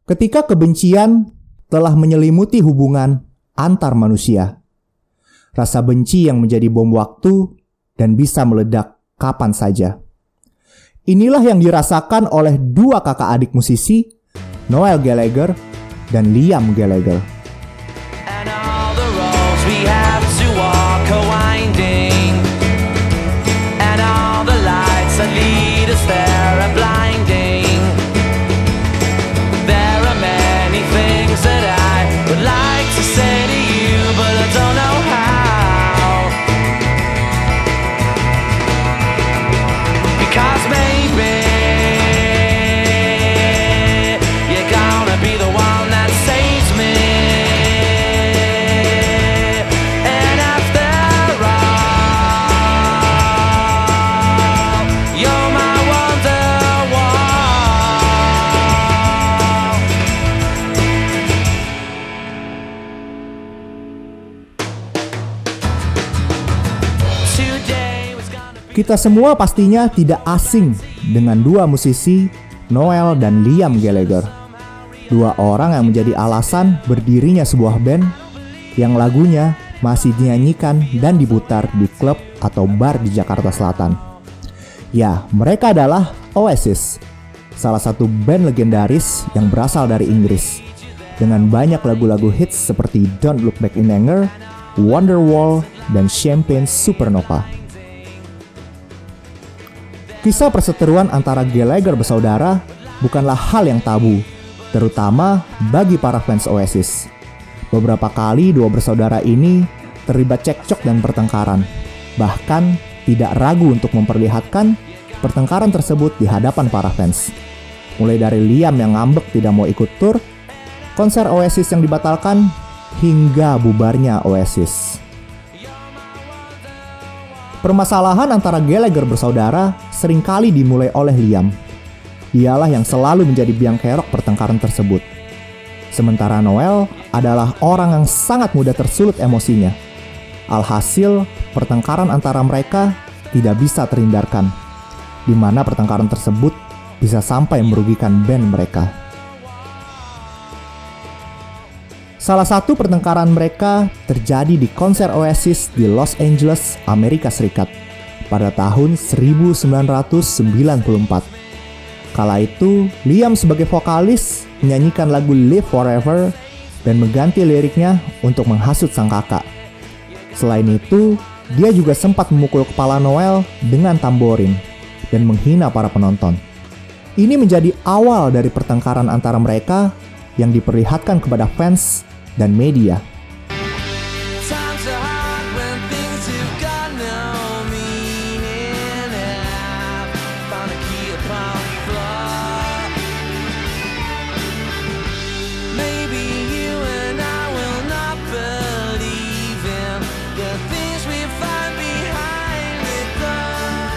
Ketika kebencian telah menyelimuti hubungan antar manusia, rasa benci yang menjadi bom waktu dan bisa meledak kapan saja. Inilah yang dirasakan oleh dua kakak adik musisi, Noel Gallagher dan Liam Gallagher. And all the roads we have to walk are winding, and all the lights that lead us there are blinding. There are many things that I would like to say to you, but I don't know how. Because maybe you're gonna be the one that saves me. And after all, you're my Wonderwall. Today was gonna be Kita semua pastinya tidak asing dengan dua musisi, Noel dan Liam Gallagher. Dua orang yang menjadi alasan berdirinya sebuah band yang lagunya masih dinyanyikan dan diputar di klub atau bar di Jakarta Selatan. Ya, mereka adalah Oasis, salah satu band legendaris yang berasal dari Inggris, dengan banyak lagu-lagu hits seperti Don't Look Back in Anger, Wonderwall, dan Champagne Supernova. Kisah perseteruan antara Gallagher bersaudara bukanlah hal yang tabu, terutama bagi para fans Oasis. Beberapa kali dua bersaudara ini terlibat cekcok dan pertengkaran, bahkan tidak ragu untuk memperlihatkan pertengkaran tersebut di hadapan para fans. Mulai dari Liam yang ngambek tidak mau ikut tur, konser Oasis yang dibatalkan, hingga bubarnya Oasis. Permasalahan antara Gallagher bersaudara seringkali dimulai oleh Liam. Dialah yang selalu menjadi biang kerok pertengkaran tersebut. Sementara Noel adalah orang yang sangat mudah tersulut emosinya. Alhasil, pertengkaran antara mereka tidak bisa terhindarkan, di mana pertengkaran tersebut bisa sampai merugikan band mereka. Salah satu pertengkaran mereka terjadi di konser Oasis di Los Angeles, Amerika Serikat pada tahun 1994. Kala itu, Liam sebagai vokalis menyanyikan lagu Live Forever dan mengganti liriknya untuk menghasut sang kakak. Selain itu, dia juga sempat memukul kepala Noel dengan tamborin dan menghina para penonton. Ini menjadi awal dari pertengkaran antara mereka yang diperlihatkan kepada fans dan media. times are hard when things have got no meaning. I've found a key upon the floor. Maybe you and I will not believe in the things we find behind the door.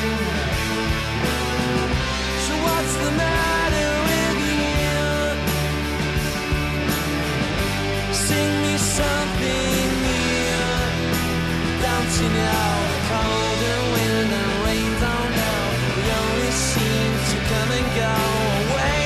So what's the matter with you? Sing me something new. Don't you know the cold and wind and rain don't know. We only seem to come and go away.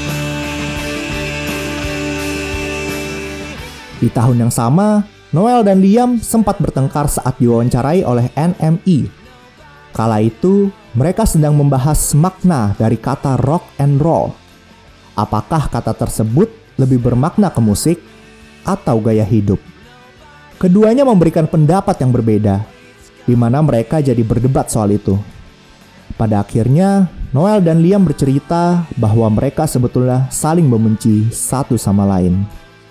Di tahun yang sama, Noel dan Liam sempat bertengkar saat diwawancarai oleh NME. Kala itu, mereka sedang membahas makna dari kata rock and roll. Apakah kata tersebut lebih bermakna ke musik atau gaya hidup? Keduanya memberikan pendapat yang berbeda, di mana mereka jadi berdebat soal itu. Pada akhirnya, Noel dan Liam bercerita bahwa mereka sebetulnya saling membenci satu sama lain.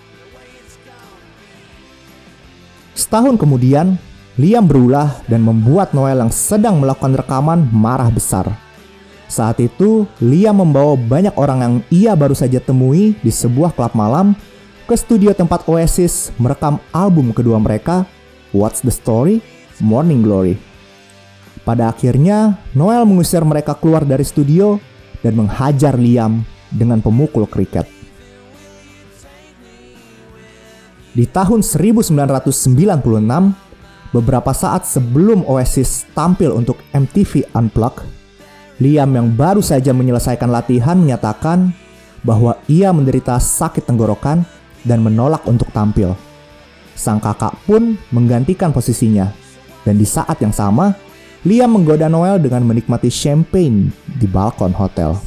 Setahun kemudian, Liam berulah dan membuat Noel yang sedang melakukan rekaman marah besar. Saat itu, Liam membawa banyak orang yang ia baru saja temui di sebuah klub malam ke studio tempat Oasis merekam album kedua mereka, What's the Story? Morning Glory. Pada akhirnya, Noel mengusir mereka keluar dari studio dan menghajar Liam dengan pemukul kriket. Di tahun 1996, beberapa saat sebelum Oasis tampil untuk MTV Unplugged, Liam yang baru saja menyelesaikan latihan menyatakan bahwa ia menderita sakit tenggorokan dan menolak untuk tampil. Sang kakak pun menggantikan posisinya, dan di saat yang sama, Liam menggoda Noel dengan menikmati champagne di balkon hotel.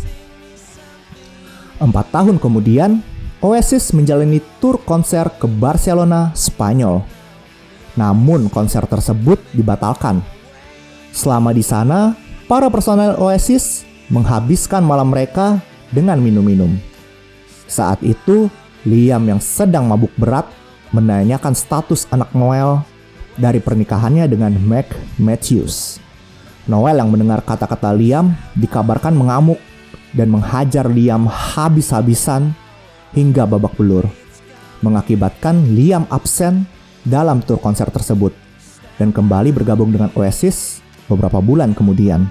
4 tahun kemudian, Oasis menjalani tur konser ke Barcelona, Spanyol. Namun konser tersebut dibatalkan. Selama di sana, para personel Oasis menghabiskan malam mereka dengan minum-minum. Saat itu, Liam yang sedang mabuk berat menanyakan status anak Noel dari pernikahannya dengan Meg Matthews. Noel yang mendengar kata-kata Liam dikabarkan mengamuk dan menghajar Liam habis-habisan hingga babak belur, mengakibatkan Liam absen dalam tur konser tersebut dan kembali bergabung dengan Oasis beberapa bulan kemudian.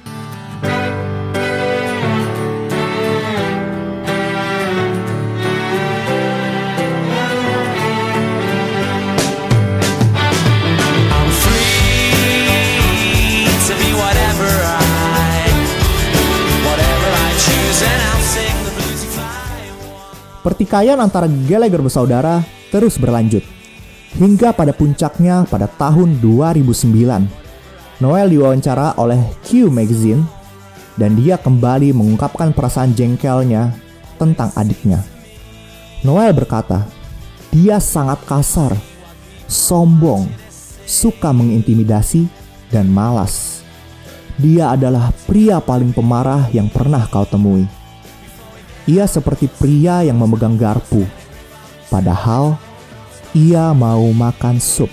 Pertikaian antara Gallagher bersaudara terus berlanjut hingga pada puncaknya pada tahun 2009. Noel diwawancara oleh Q Magazine dan dia kembali mengungkapkan perasaan jengkelnya tentang adiknya. Noel berkata, dia sangat kasar, sombong, suka mengintimidasi, dan malas. Dia adalah pria paling pemarah yang pernah kau temui. Ia seperti pria yang memegang garpu, padahal ia mau makan sup.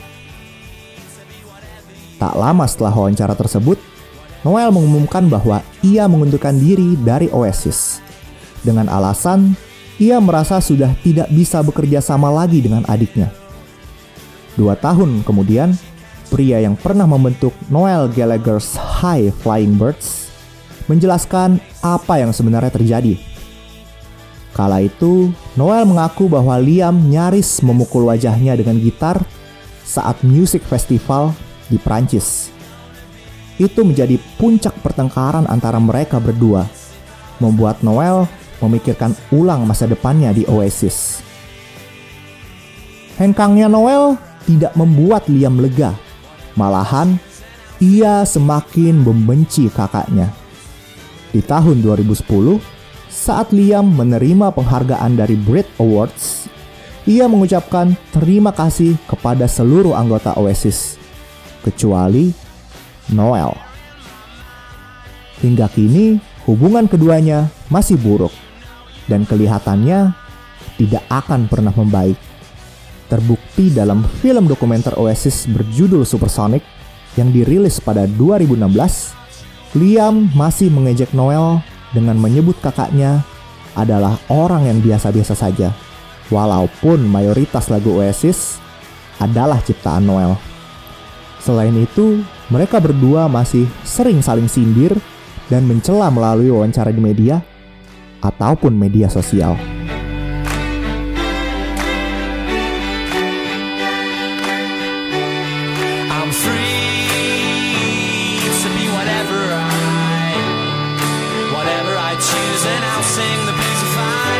Tak lama setelah wawancara tersebut, Noel mengumumkan bahwa ia mengundurkan diri dari Oasis. Dengan alasan, ia merasa sudah tidak bisa bekerja sama lagi dengan adiknya. 2 tahun kemudian, pria yang pernah membentuk Noel Gallagher's High Flying Birds menjelaskan apa yang sebenarnya terjadi. Kala itu, Noel mengaku bahwa Liam nyaris memukul wajahnya dengan gitar saat music festival di Prancis. Itu menjadi puncak pertengkaran antara mereka berdua, membuat Noel memikirkan ulang masa depannya di Oasis. Hengkangnya Noel tidak membuat Liam lega, malahan ia semakin membenci kakaknya. Di tahun 2010, saat Liam menerima penghargaan dari Brit Awards, ia mengucapkan terima kasih kepada seluruh anggota Oasis, kecuali Noel. Hingga kini, hubungan keduanya masih buruk dan kelihatannya tidak akan pernah membaik. Terbukti dalam film dokumenter Oasis berjudul Supersonic yang dirilis pada 2016, Liam masih mengejek Noel dengan menyebut kakaknya adalah orang yang biasa-biasa saja, walaupun mayoritas lagu Oasis adalah ciptaan Noel. Selain itu, mereka berdua masih sering saling sindir dan mencela melalui wawancara di media ataupun media sosial. Whatever I choose, and I'll sing the blues if I